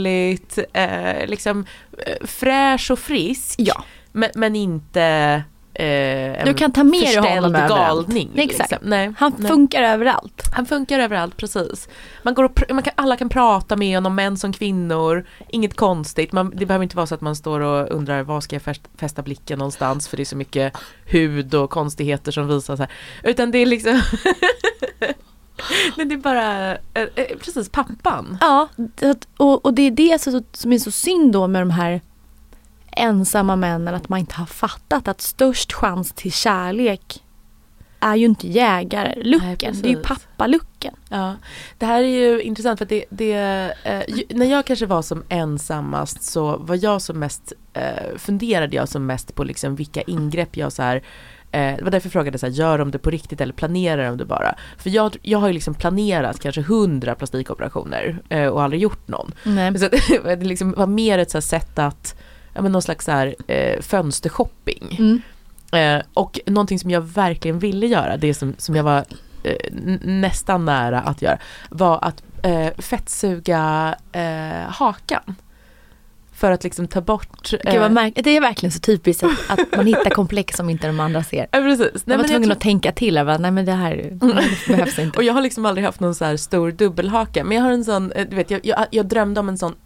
naturligt. Eh, liksom eh, fräsch och frisk. Ja. Men, men inte... eh, du kan ta med förställd honom överallt. galning. Exakt. Liksom. Nej, han nej. funkar överallt. Han funkar överallt, precis. Man går och pr- man kan, alla kan prata med honom, män som kvinnor. Inget konstigt. Man, det behöver inte vara så att man står och undrar var ska jag fäst, fästa blicken någonstans, för det är så mycket hud och konstigheter som visas här. Utan det är liksom... Men det är bara eh, eh, precis pappan. Ja, det, och, och det är det så, som är så synd då med de här ensamma männen, att man inte har fattat att störst chans till kärlek är ju inte jägarlucken, det är ju pappalucken. Ja, det här är ju intressant för att det, det eh, ju, när jag kanske var som ensammast så var jag som mest eh, funderade jag som mest på liksom vilka ingrepp jag så här. Det var därför jag frågade så här, gör de det på riktigt eller planerar de det bara? För jag, jag har ju liksom planerat kanske hundra plastikoperationer eh, och aldrig gjort någon. Nej. Så det liksom var mer ett så här sätt att, ja, men någon slags så här, eh, fönstershopping. Mm. Eh, och någonting som jag verkligen ville göra, det som, som jag var eh, n- nästan nära att göra, var att eh, fettsuga eh, hakan. För att liksom ta bort... Gud, vad märk- det är verkligen så typiskt att, att man hittar komplex som inte de andra ser. Ja, precis. Nej, jag var men tvungen jag att tänka till. Jag bara, nej men det här det behövs inte. Och jag har liksom aldrig haft någon så här stor dubbelhaka. Men jag har en sån, du vet, jag, jag, jag drömde om en sån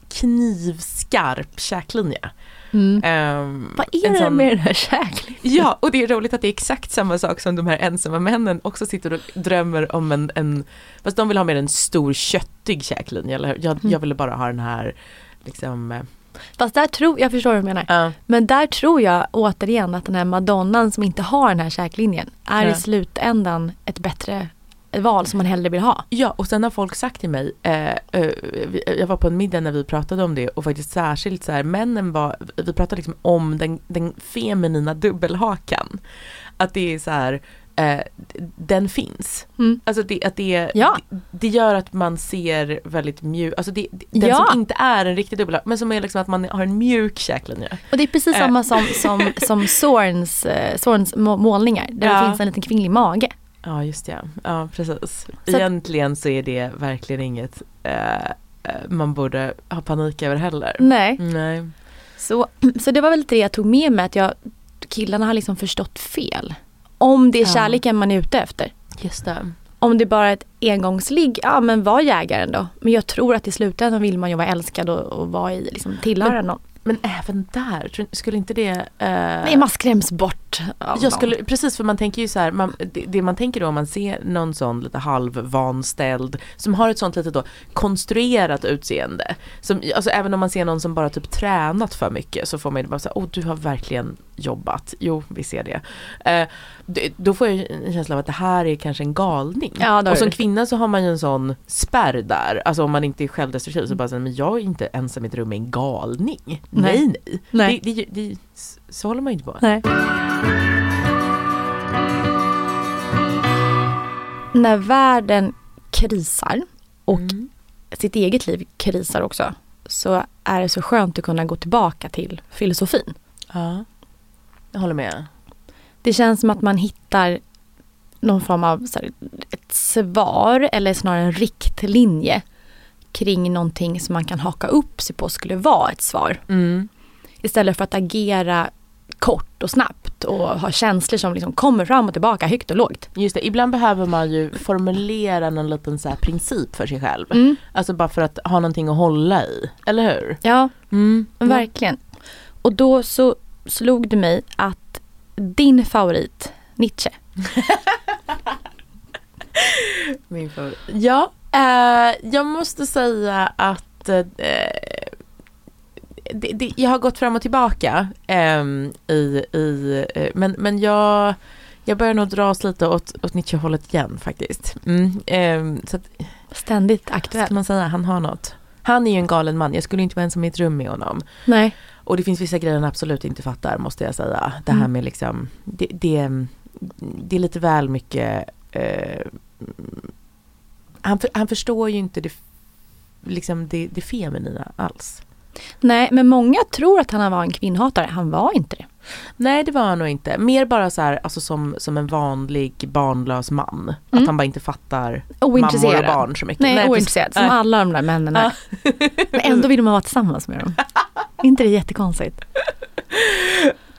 knivskarp käklinje. Mm. Um, Vad är det sån... med den här käklinjen? Ja, och det är roligt att det är exakt samma sak som de här ensamma männen också sitter och drömmer om en, en fast de vill ha mer en stor köttig käklinje. Eller jag, Mm. jag ville bara ha den här liksom... Fast där tror, jag förstår vad du menar. Ja. Men där tror jag återigen att den här Madonnan som inte har den här käklinjen är Ja. i slutändan ett bättre val som man hellre vill ha. Ja, och sen har folk sagt till mig, eh, eh, jag var på en middag när vi pratade om det och faktiskt särskilt så här, männen var, vi pratade liksom om den, den feminina dubbelhakan. Att det är så här, eh, den finns. Mm. Alltså det, att det, Ja. det, det gör att man ser väldigt mjuk, alltså det, den Ja. som inte är en riktig dubbelhaka, men som är liksom att man har en mjuk käklinje. Och det är precis Eh. samma som, som, som Sorens, eh, Sorens må- målningar. Där Ja. det finns en liten kvinnlig mage. Ja, just det. Ja, precis. Så- Egentligen så är det verkligen inget eh, eh, man borde ha panik över heller. Nej. Nej. Så, så det var väl det jag tog med mig, att jag, killarna har liksom förstått fel. Om det är Ja. kärleken man är ute efter. Just det. Om det bara är ett engångsligg, ja men var jägaren då. Men jag tror att i slutändan vill man ju vara älskad och, och vara i, liksom, tillhöra någon. Men även där, tror- skulle inte det... Eh, Nej, man skräms bort av jag någon. skulle, precis, för man tänker ju så här, man, det, det man tänker då om man ser någon sån lite halvvanställd som har ett sånt lite då konstruerat utseende, som, alltså även om man ser någon som bara typ tränat för mycket, så får man ju bara säga, åh, du har verkligen jobbat. Jo, vi ser det. Eh, det då får jag en känsla av att det här är kanske en galning. Ja, då är och som det. kvinna så har man ju en sån spärr där, alltså om man inte är självdestruktiv så bara säger, men jag är inte ensam i ett rum med en galning. Nej, nej. Nej. Det, det, det, så håller man ju inte på. Nej. När världen krisar och Mm. sitt eget liv krisar också, så är det så skönt att kunna gå tillbaka till filosofin. Ja, jag håller med. Det känns som att man hittar någon form av så här, ett svar eller snarare en riktlinje kring någonting som man kan haka upp sig på skulle vara ett svar. Mm. Istället för att agera kort och snabbt och ha känslor som liksom kommer fram och tillbaka högt och lågt. Just det, ibland behöver man ju formulera någon liten så här princip för sig själv. Mm. Alltså bara för att ha någonting att hålla i, eller hur? Ja, Mm. verkligen. Och då så slog det mig att din favorit, Nietzsche. Min favorit. Ja, eh, jag måste säga att eh, det, det, jag har gått fram och tillbaka eh, i, i eh, men, men jag jag börjar nog dras lite åt, åt Nietzsche-hållet igen faktiskt. Mm, eh, så att, Ständigt aktuell. ska man säga, han har något. Han är ju en galen man, jag skulle inte vara ensam i ett rum med honom. Nej. Och det finns vissa grejer han absolut inte fattar, måste jag säga. Det här Mm. med liksom, det, det, det är lite väl mycket eh, han, för, han förstår ju inte det, liksom det, det feminina alls. Nej, men många tror att han var en kvinnhatare. Han var inte det. Nej, det var han nog inte. Mer bara så här, alltså som, som en vanlig barnlös man. Mm. Att han bara inte fattar Ointresserad. mammor och barn så mycket. Nej, precis. ointresserad. Som Nej. alla de där männen är. Men ändå vill man vara tillsammans med dem. Inte det jättekonstigt?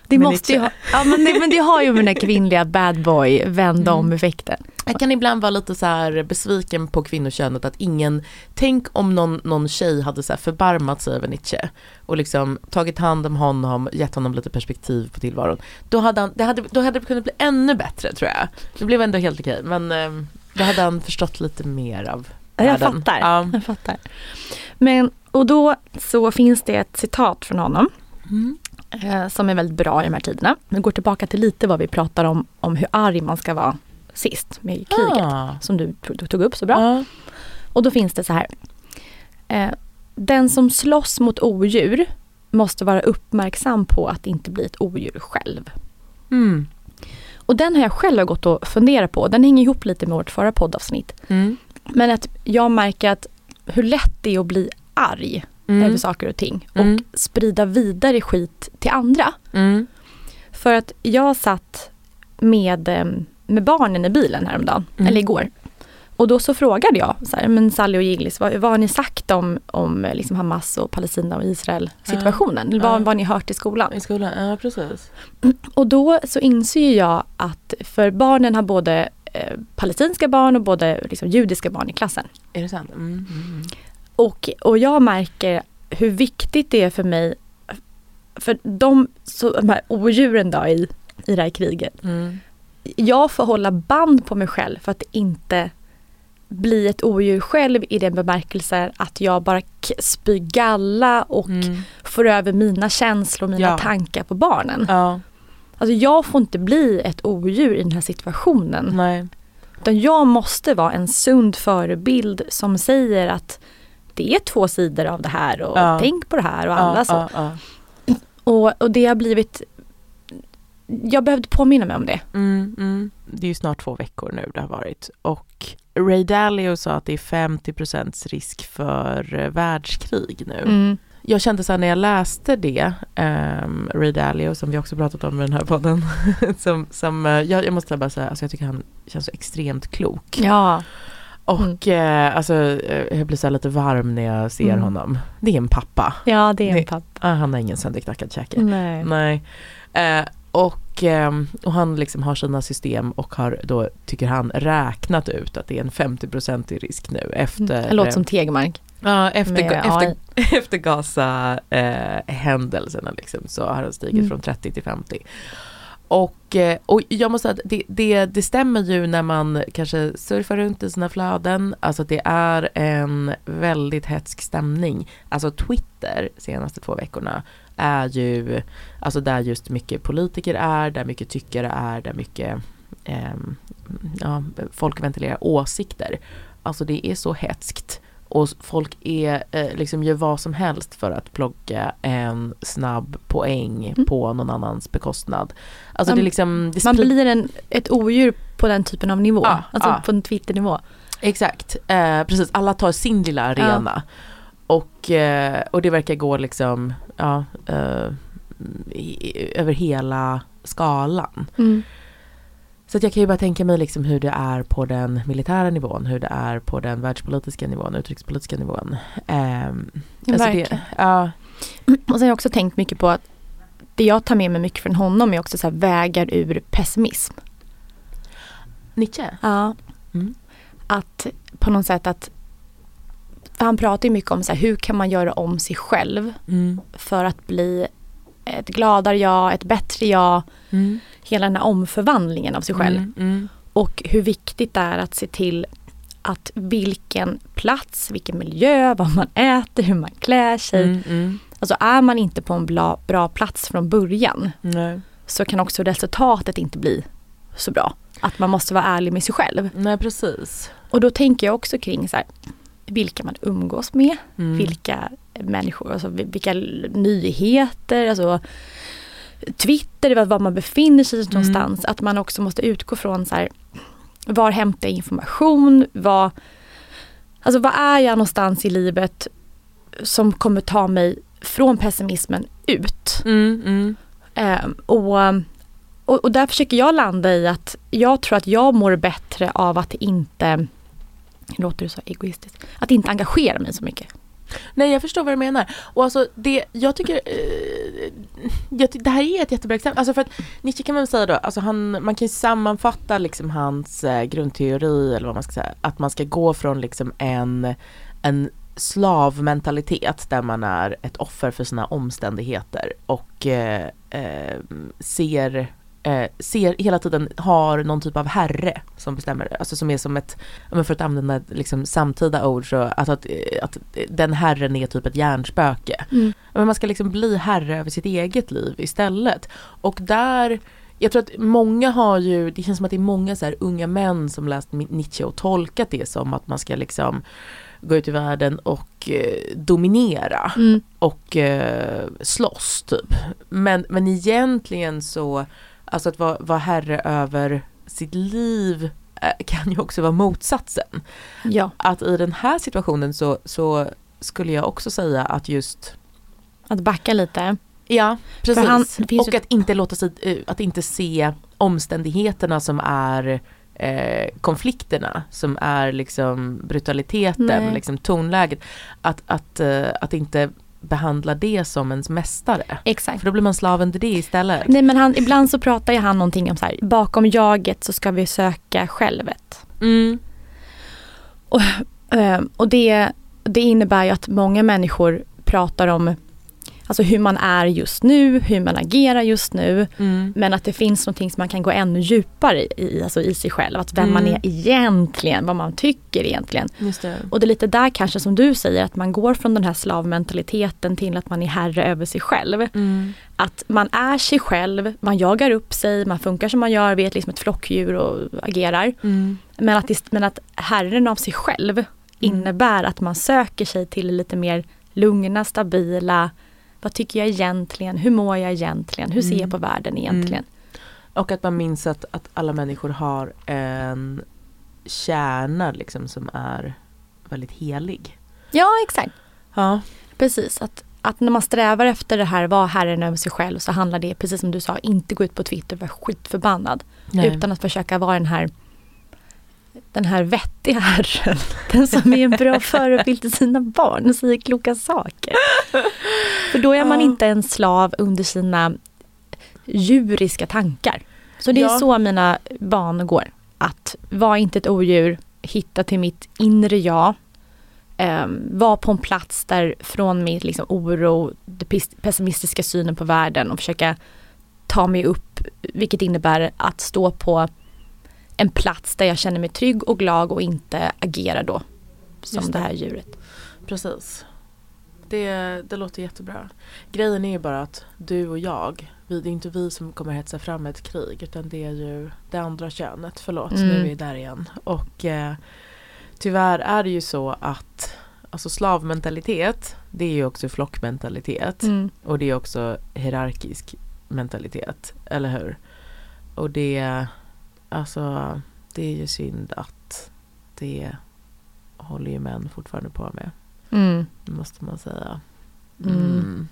Det måste ju ha, ja, men, det, men det har ju med den där kvinnliga bad boy vända om effekten. Jag kan ibland vara lite så här besviken på kvinnokönet att ingen, tänk om någon, någon tjej hade så här förbarmat sig över Nietzsche och liksom tagit hand om honom, gett honom lite perspektiv på tillvaron. Då hade, han, det, hade, då hade det kunnat bli ännu bättre, tror jag. Det blev ändå helt okej, men eh, då hade han förstått lite mer av jag världen. fattar, ja. jag fattar. Men, och då så finns det ett citat från honom. Mm. Eh, som är väldigt bra i de här tiderna. Vi går tillbaka till lite vad vi pratar om, om hur arg man ska vara sist med kriget, ah. som du tog upp så bra. Ah. Och då finns det så här. Eh, den som slåss mot odjur måste vara uppmärksam på att inte bli ett odjur själv. Mm. Och den har jag själv gått och funderat på. Den hänger ihop lite med vårt förra poddavsnitt. Mm. Men att jag märker att hur lätt det är att bli arg mm. över saker och ting. Mm. Och sprida vidare skit till andra. Mm. För att jag satt med, med barnen i bilen häromdagen, mm. eller igår. Och då så frågade jag, så här, men Sally och Gillis, vad, vad har ni sagt om, om liksom Hamas och Palestina och Israel situationen? Ja. Eller vad, Ja. vad har ni hört i skolan? I skolan, ja precis. Och då så inser jag att för barnen har både eh, palestinska barn och både liksom, judiska barn i klassen. Är det sant? Mm, mm, mm. Och, och jag märker hur viktigt det är för mig, för de, så, de här odjuren då i, i det här kriget. Mm. Jag får hålla band på mig själv för att inte bli ett odjur själv i den bemärkelsen att jag bara k- spyr galla och Mm. får över mina känslor och mina Ja. tankar på barnen. Ja. Alltså jag får inte bli ett odjur i den här situationen. Nej. Utan jag måste vara en sund förebild som säger att det är två sidor av det här och Ja. tänk på det här och alla Ja, så. ja, ja. Och, och det har blivit, jag behövde påminna mig om det. Mm, mm. Det är ju snart två veckor nu det har varit. Och Ray Dalio sa att det är femtio procent risk för eh, världskrig nu. Mm. Jag kände så här när jag läste det, um, Ray Dalio som vi också pratat om i den här podden, som, som uh, jag, jag måste bara säga, alltså jag tycker han känns så extremt klok. Ja. Och mm. uh, alltså, uh, jag blir så här lite varm när jag ser Mm. honom. Det är en pappa. Ja, det är en det, pappa. Uh, han har ingen sönderknackad käke. Nej. Nej. Uh, och, um, och han liksom har sina system och har då, tycker han, räknat ut att det är en femtio procent i risk nu efter... Det låter som Tegmark. Ja, efter, Med efter, efter Gaza-händelserna eh, liksom, så har den stigit Mm. från trettio till femtio. Och, eh, och jag måste säga att det, det, det stämmer ju när man kanske surfar runt i sina flöden. Alltså det är en väldigt hetsk stämning. Alltså Twitter senaste två veckorna är ju, alltså där just mycket politiker är, där mycket tyckare är, där mycket eh, ja, folk ventilerar åsikter. Alltså det är så hetskt. Och folk är, eh, liksom gör vad som helst för att plocka en snabb poäng Mm. på någon annans bekostnad. Alltså man, det liksom, det man sprid- blir en, ett odjur på den typen av nivå. Ja, alltså ja. på en Twitter-nivå. Exakt, eh, precis. Alla tar sin lilla arena. Och, eh, och det verkar gå liksom ja, eh, i, över hela skalan. Mm. Så att jag kan ju bara tänka mig liksom hur det är på den militära nivån, hur det är på den världspolitiska nivån, utrikespolitiska nivån. Um, Ja, alltså verkligen. det, ja. Och sen har jag också tänkt mycket på att det jag tar med mig mycket från honom är också så här vägar ur pessimism. Nietzsche? Ja. Mm. Att på något sätt att för han pratar ju mycket om så här, hur kan man göra om sig själv Mm. för att bli ett gladare jag, ett bättre jag. Mm. Hela den här omförvandlingen av sig själv. Mm. Mm. Och hur viktigt det är att se till att vilken plats, vilken miljö, vad man äter, hur man klär sig. Mm. Mm. Alltså är man inte på en bra, bra plats från början Nej. så kan också resultatet inte bli så bra. Att man måste vara ärlig med sig själv. Nej, precis. Och då tänker jag också kring så här, vilka man umgås med, Mm. vilka människor, alltså vilka nyheter, alltså Twitter, var man befinner sig Mm. någonstans. Att man också måste utgå från så här, var hämtar jag information, vad, alltså vad är jag någonstans i livet som kommer ta mig från pessimismen ut. Mm. Mm. Um, och, och, och där försöker jag landa i att jag tror att jag mår bättre av att inte, låter det så egoistiskt, att inte engagera mig så mycket. Nej, jag förstår vad du menar. Och alltså det, jag tycker, eh, jag, det här är ett jättebra exempel. Alltså för att Nietzsche kan man säga då, alltså han, man kan ju sammanfatta liksom hans eh, grundteori, eller vad man ska säga, att man ska gå från liksom en, en slavmentalitet där man är ett offer för sina omständigheter och eh, eh, ser Eh, ser hela tiden har någon typ av herre som bestämmer, alltså som är som ett, för att använda liksom samtida ord, så att, att, att den herren är typ ett hjärnspöke. Mm. Men man ska liksom bli herre över sitt eget liv istället. Och där, jag tror att många har ju, det känns som att det är många så här unga män som läst Nietzsche och tolkat det som att man ska liksom gå ut i världen och eh, dominera mm. och eh, slåss typ. Men, men egentligen så, alltså att vara, vara herre över sitt liv eh, kan ju också vara motsatsen. Ja. Att i den här situationen så, så skulle jag också säga att just att backa lite. Ja, precis. Han, och ju... att inte låta sig, att inte se omständigheterna som är eh, konflikterna, som är liksom brutaliteten, liksom tonläget. Att, att, eh, att inte behandla det som ens mästare. Exakt. För då blir man slaven till det istället. Nej, men han, ibland så pratar ju han någonting om så här, bakom jaget så ska vi söka självet. Mm. Och, och det, det innebär ju att många människor pratar om alltså hur man är just nu, hur man agerar just nu. Mm. Men att det finns någonting som man kan gå ännu djupare i, alltså i sig själv. Att vem mm. man är egentligen, vad man tycker egentligen. Just det. Och det är lite där kanske som du säger, att man går från den här slavmentaliteten till att man är herre över sig själv. Mm. Att man är sig själv, man jagar upp sig, man funkar som man gör, vet liksom ett flockdjur och agerar. Mm. Men, att, men att herren av sig själv mm. innebär att man söker sig till lite mer lugna, stabila. Vad tycker jag egentligen? Hur mår jag egentligen? Hur ser jag på världen egentligen? Mm. Och att man minns att, att alla människor har en kärna liksom, som är väldigt helig. Ja, exakt. Ja. Precis. Att, att när man strävar efter det här, vara herren över sig själv, så handlar det, precis som du sa, inte gå ut på Twitter och vara skitförbannad. Nej. Utan att försöka vara den här den här vettiga herren. Den som är en bra förebild till sina barn och säger kloka saker. För då är man inte en slav under sina djuriska tankar. Så det är ja. så mina barn går. Att vara inte ett odjur, hitta till mitt inre jag. Um, vara på en plats där från min liksom, oro, den pessimistiska synen på världen och försöka ta mig upp, vilket innebär att stå på en plats där jag känner mig trygg och glad och inte agera då som det. det här djuret. Precis. Det, det låter jättebra. Grejen är ju bara att du och jag, vi, det är inte vi som kommer hetsa fram ett krig, utan det är ju det andra könet. Förlåt, mm. nu är vi där igen. Och eh, tyvärr är det ju så att alltså slavmentalitet, det är ju också flockmentalitet. Mm. Och det är också hierarkisk mentalitet, eller hur? Och det alltså, det är ju synd att det håller ju män fortfarande på med. Mm. Måste man säga. Mm. Mm.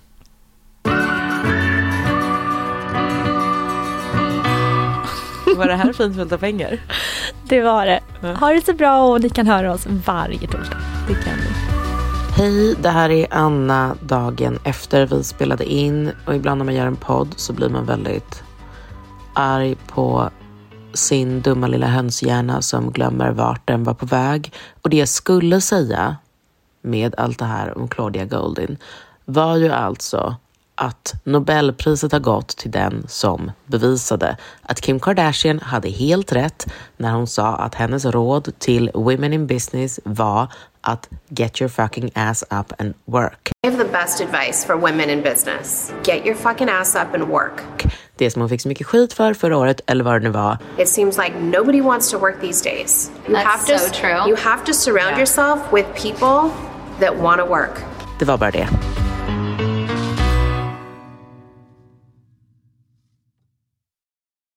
Var det här fint fullt av pengar? Det var det. Ja. Ha det så bra och ni kan höra oss varje torsdag. Det kan ni. Hej, det här är Anna dagen efter vi spelade in. Och ibland när man gör en podd så blir man väldigt arg på sin dumma lilla hönshjärna som glömmer vart den var på väg. Och det jag skulle säga med allt det här om Claudia Goldin var ju alltså att Nobelpriset har gått till den som bevisade att Kim Kardashian hade helt rätt när hon sa att hennes råd till women in business var att get your fucking ass up and work. I have the best advice for women in business. Get your fucking ass up and work. Det som hon fick så mycket skit för förra året, eller vad det nu var. It seems like nobody wants to work these days. You That's have to, so true. You have to surround yeah. yourself with people that want to work. Det var bara det.